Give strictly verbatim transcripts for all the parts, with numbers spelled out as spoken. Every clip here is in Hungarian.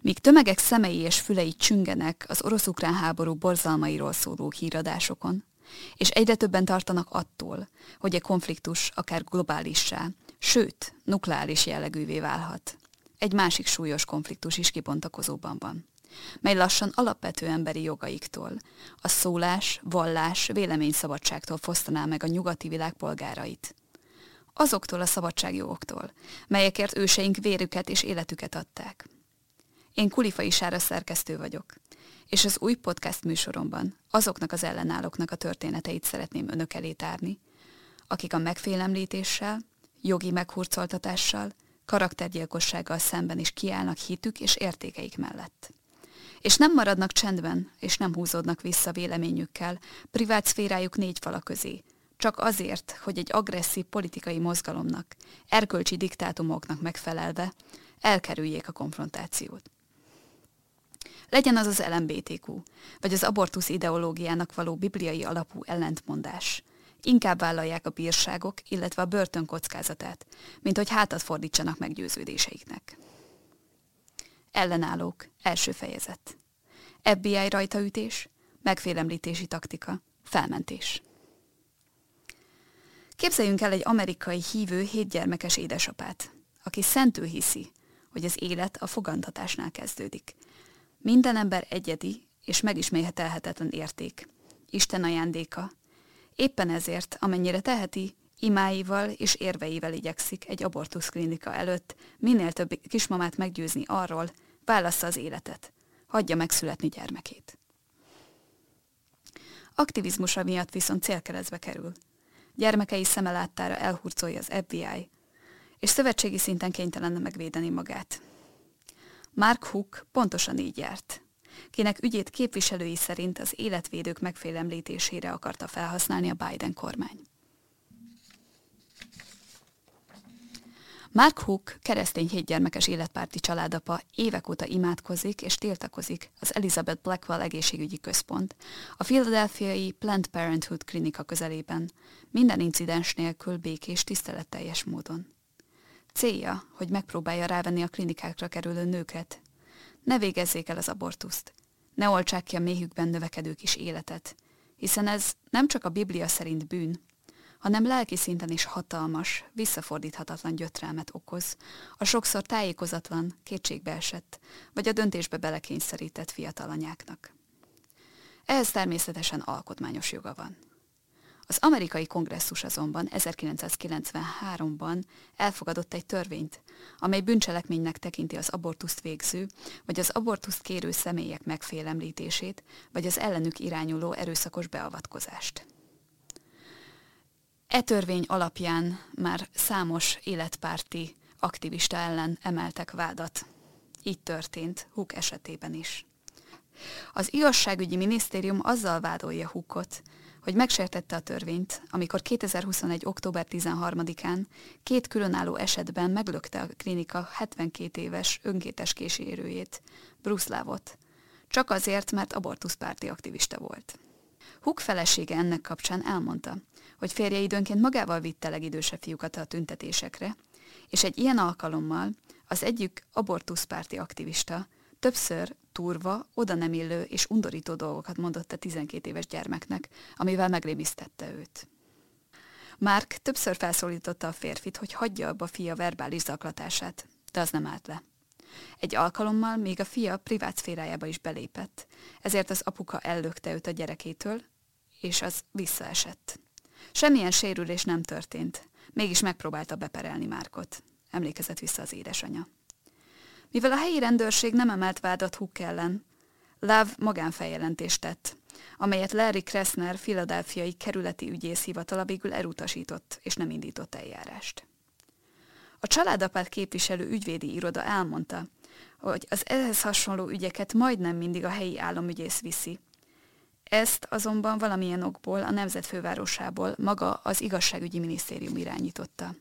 Míg tömegek szemei és fülei csüngenek az orosz-ukrán háború borzalmairól szóló híradásokon, és egyre többen tartanak attól, hogy a konfliktus akár globálissá, sőt, nukleáris jellegűvé válhat. Egy másik súlyos konfliktus is kibontakozóban van, mely lassan alapvető emberi jogaiktól, a szólás, vallás, véleményszabadságtól fosztaná meg a nyugati világ polgárait. Azoktól a szabadságjogoktól, melyekért őseink vérüket és életüket adták. Én Kulifai Sára szerkesztő vagyok, és az új podcast műsoromban azoknak az ellenállóknak a történeteit szeretném önök elé tárni, akik a megfélemlítéssel, jogi meghurcoltatással, karaktergyilkossággal szemben is kiállnak hitük és értékeik mellett. És nem maradnak csendben, és nem húzódnak vissza véleményükkel privát szférájuk négy fala közé, csak azért, hogy egy agresszív politikai mozgalomnak, erkölcsi diktátumoknak megfelelve elkerüljék a konfrontációt. Legyen az az el em bé té kú, vagy az abortusz ideológiának való bibliai alapú ellentmondás. Inkább vállalják a bírságok, illetve a börtön kockázatát, mint hogy hátat fordítsanak meggyőződéseiknek. Ellenállók, első fejezet. ef bé i rajtaütés, megfélemlítési taktika, felmentés. Képzeljünk el egy amerikai hívő hétgyermekes édesapát, aki szentül hiszi, hogy az élet a fogantatásnál kezdődik. Minden ember egyedi és megismételhetetlen érték, Isten ajándéka. Éppen ezért, amennyire teheti, imáival és érveivel igyekszik egy abortuszklinika előtt minél több kismamát meggyőzni arról, válassza az életet, hagyja megszületni gyermekét. Aktivizmusa miatt viszont célkeresztbe kerül. Gyermekei szeme láttára elhurcolja az ef bé i, és szövetségi szinten kénytelen megvédeni magát. Mark Hook pontosan így járt, kinek ügyét képviselői szerint az életvédők megfélemlítésére akarta felhasználni a Biden kormány. Mark Hook, keresztény hétgyermekes életpárti családapa, évek óta imádkozik és tiltakozik az Elizabeth Blackwell egészségügyi központ, a philadelphiai Planned Parenthood klinika közelében, minden incidens nélkül békés, tiszteletteljes módon. Célja, hogy megpróbálja rávenni a klinikákra kerülő nőket. Ne végezzék el az abortuszt, ne oltsák ki a méhükben növekedő kis életet, hiszen ez nem csak a Biblia szerint bűn, hanem lelki szinten is hatalmas, visszafordíthatatlan gyötrelmet okoz a sokszor tájékozatlan, kétségbeesett vagy a döntésbe belekényszerített fiatal anyáknak. Ehhez természetesen alkotmányos joga van. Az amerikai kongresszus azonban ezerkilencszázkilencvenháromban elfogadott egy törvényt, amely bűncselekménynek tekinti az abortuszt végző, vagy az abortuszt kérő személyek megfélemlítését, vagy az ellenük irányuló erőszakos beavatkozást. E törvény alapján már számos életpárti aktivista ellen emeltek vádat. Így történt Hook esetében is. Az igazságügyi minisztérium azzal vádolja Hookot, hogy megsértette a törvényt, amikor kétezer-huszonegy. október tizenharmadikán két különálló esetben meglökte a klinika hetvenkét éves önkéntes kísérőjét, Bruce Love-ot, csak azért, mert abortuszpárti aktivista volt. Hook felesége ennek kapcsán elmondta, hogy férje időnként magával vitte legidősebb fiúkat a tüntetésekre, és egy ilyen alkalommal az egyik abortuszpárti aktivista többször turva, oda nem illő és undorító dolgokat mondott a tizenkét éves gyermeknek, amivel megrémisztette őt. Mark többször felszólította a férfit, hogy hagyja abba a fia verbális zaklatását, de az nem állt le. Egy alkalommal még a fia privát szférájába is belépett, ezért az apuka ellökte őt a gyerekétől, és az visszaesett. Semmilyen sérülés nem történt, mégis megpróbálta beperelni Markot, emlékezett vissza az édesanyja. Mivel a helyi rendőrség nem emelt vádat Hook ellen, Love magánfeljelentést tett, amelyet Larry Kressner philadelphiai kerületi ügyész hivatala végül elutasított, és nem indított eljárást. A családapát képviselő ügyvédi iroda elmondta, hogy az ehhez hasonló ügyeket majdnem mindig a helyi államügyész viszi. Ezt azonban valamilyen okból a nemzet fővárosából maga az igazságügyi minisztérium irányította.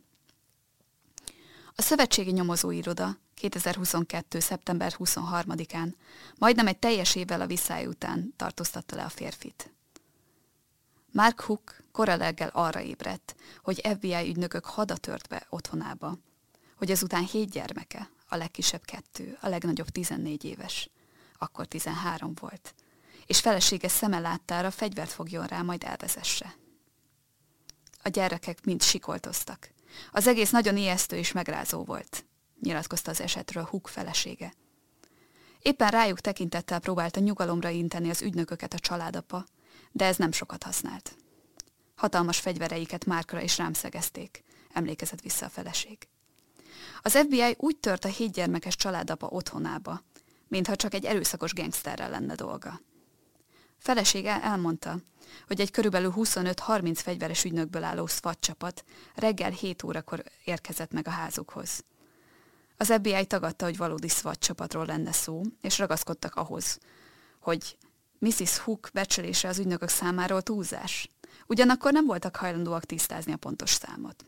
A szövetségi nyomozóiroda kétezer-huszonkettő. szeptember huszonharmadikán, majdnem egy teljes évvel a visszája után tartóztatta le a férfit. Mark Hook kora reggel arra ébredt, hogy ef bé i ügynökök hada tört be otthonába, hogy ezután hét gyermeke, a legkisebb kettő, a legnagyobb tizennégy éves. Akkor tizenhárom volt. És felesége szeme láttára fegyvert fogjon rá, majd elvezesse. A gyerekek mind sikoltoztak. Az egész nagyon ijesztő és megrázó volt, nyilatkozta az esetről Hook felesége. Éppen rájuk tekintettel próbálta nyugalomra inteni az ügynököket a családapa, de ez nem sokat használt. Hatalmas fegyvereiket márkra is rám szegezték, emlékezett vissza a feleség. Az ef bé i úgy tört a hét gyermekes családapa otthonába, mintha csak egy erőszakos gangsterrel lenne dolga. Felesége elmondta, hogy egy körülbelül huszonöt-harminc fegyveres ügynökből álló SWAT csapat reggel hét órakor érkezett meg a házukhoz. Az ef bé i tagadta, hogy valódi SWAT csapatról lenne szó, és ragaszkodtak ahhoz, hogy missziz Hook becslése az ügynökök számáról túlzás. Ugyanakkor nem voltak hajlandóak tisztázni a pontos számot.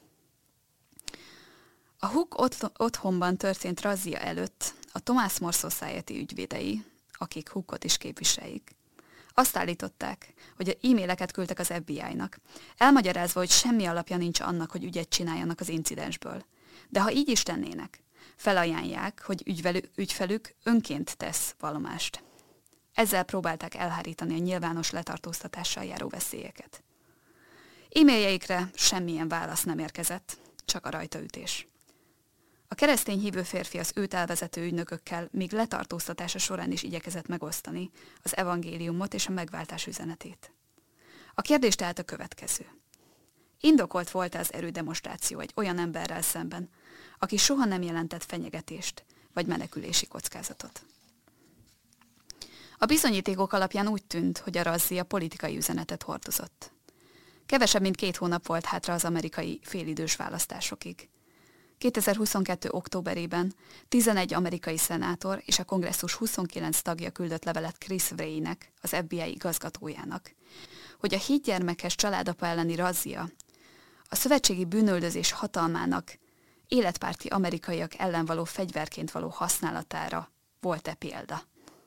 A Hook otthonban történt razzia előtt a Thomas More Society ügyvédei, akik Hookot is képviselik, azt állították, hogy e-maileket küldtek az ef bé i-nak, elmagyarázva, hogy semmi alapja nincs annak, hogy ügyet csináljanak az incidensből. De ha így is tennének, felajánlják, hogy ügyvelü, ügyfelük önként tesz vallomást. Ezzel próbálták elhárítani a nyilvános letartóztatással járó veszélyeket. E-mailjeikre semmilyen válasz nem érkezett, csak a rajtaütés. A keresztény hívő férfi az őt elvezető ügynökökkel még letartóztatása során is igyekezett megosztani az evangéliumot és a megváltás üzenetét. A kérdés tehát a következő. Indokolt volt-e az erődemonstráció egy olyan emberrel szemben, aki soha nem jelentett fenyegetést vagy menekülési kockázatot? A bizonyítékok alapján úgy tűnt, hogy a razzia politikai üzenetet hordozott. Kevesebb, mint két hónap volt hátra az amerikai félidős választásokig. kétezer-huszonkettő. októberében tizenegy amerikai szenátor és a kongresszus huszonkilenc tagja küldött levelet Chris Wray-nek, az ef bé i igazgatójának, hogy a hét gyermekes családapa elleni razzia a szövetségi bűnöldözés hatalmának életpárti amerikaiak ellen való fegyverként való használatára volt-e példa.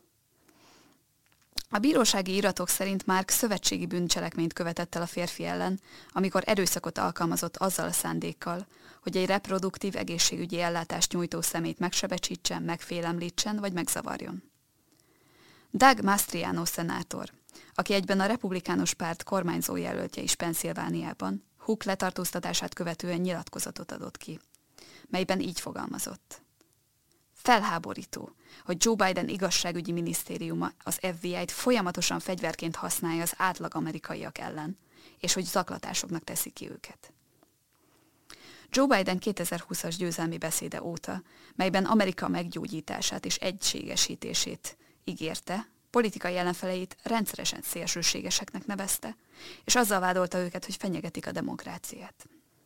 A bírósági iratok szerint Mark szövetségi bűncselekményt követett el a férfi ellen, amikor erőszakot alkalmazott azzal a szándékkal, hogy egy reproduktív egészségügyi ellátást nyújtó szemét megsebecsítsen, megfélemlítsen vagy megzavarjon. Doug Mastriano szenátor, aki egyben a republikánus párt kormányzó jelöltje is Pennsylvániában, Hook letartóztatását követően nyilatkozatot adott ki, melyben így fogalmazott. Felháborító, hogy Joe Biden igazságügyi minisztériuma az ef bé i-t folyamatosan fegyverként használja az átlag amerikaiak ellen, és hogy zaklatásoknak teszi ki őket. Joe Biden kétezer-húszas győzelmi beszéde óta, melyben Amerika meggyógyítását és egységesítését ígérte, politikai ellenfeleit rendszeresen szélsőségeseknek nevezte, és azzal vádolta őket, hogy fenyegetik a demokráciát.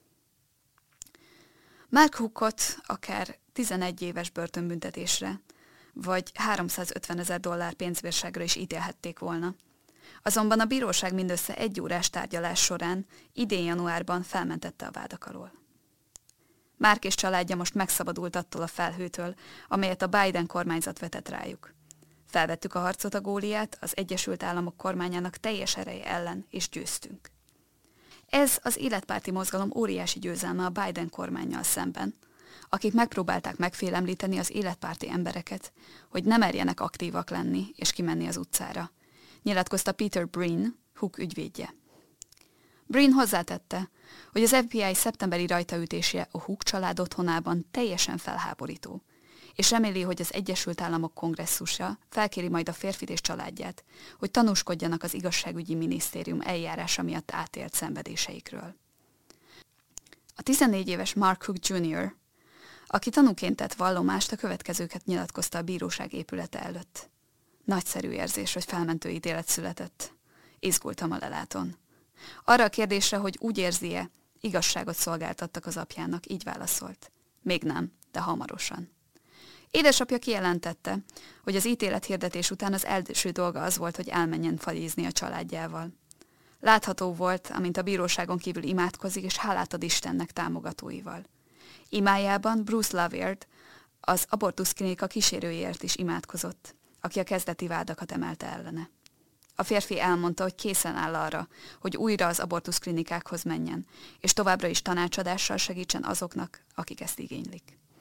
Mark Hookot akár tizenegy éves börtönbüntetésre, vagy háromszázötven ezer dollár pénzbírságra is ítélhették volna. Azonban a bíróság mindössze egy órás tárgyalás során idén januárban felmentette a vádak alól. Mark és családja most megszabadult attól a felhőtől, amelyet a Biden kormányzat vetett rájuk. Felvettük a harcot a Góliát, az Egyesült Államok kormányának teljes ereje ellen, és győztünk. Ez az életpárti mozgalom óriási győzelme a Biden kormánnyal szemben, akik megpróbálták megfélemlíteni az életpárti embereket, hogy ne merjenek aktívak lenni és kimenni az utcára, nyilatkozta Peter Breen, Hook ügyvédje. Breen hozzátette, hogy az ef bé i szeptemberi rajtaütése a Hook család otthonában teljesen felháborító, és reméli, hogy az Egyesült Államok kongresszusa felkéri majd a férfit és családját, hogy tanúskodjanak az igazságügyi minisztérium eljárása miatt átélt szenvedéseikről. A tizennégy éves Mark Hook junior, aki tanúként tett vallomást, a következőket nyilatkozta a bíróság épülete előtt. Nagyszerű érzés, hogy felmentő ítélet született. Izgultam a lelátón. Arra a kérdésre, hogy úgy érzi-e, igazságot szolgáltattak az apjának, így válaszolt. Még nem, de hamarosan. Édesapja kijelentette, hogy az ítélethirdetés után az első dolga az volt, hogy elmenjen falizni a családjával. Látható volt, amint a bíróságon kívül imádkozik, és hálát ad Istennek támogatóival. Imájában Bruce Lavard, az abortuszklinika kísérőjéért is imádkozott, aki a kezdeti vádakat emelte ellene. A férfi elmondta, hogy készen áll arra, hogy újra az abortuszklinikákhoz menjen, és továbbra is tanácsadással segítsen azoknak, akik ezt igénylik.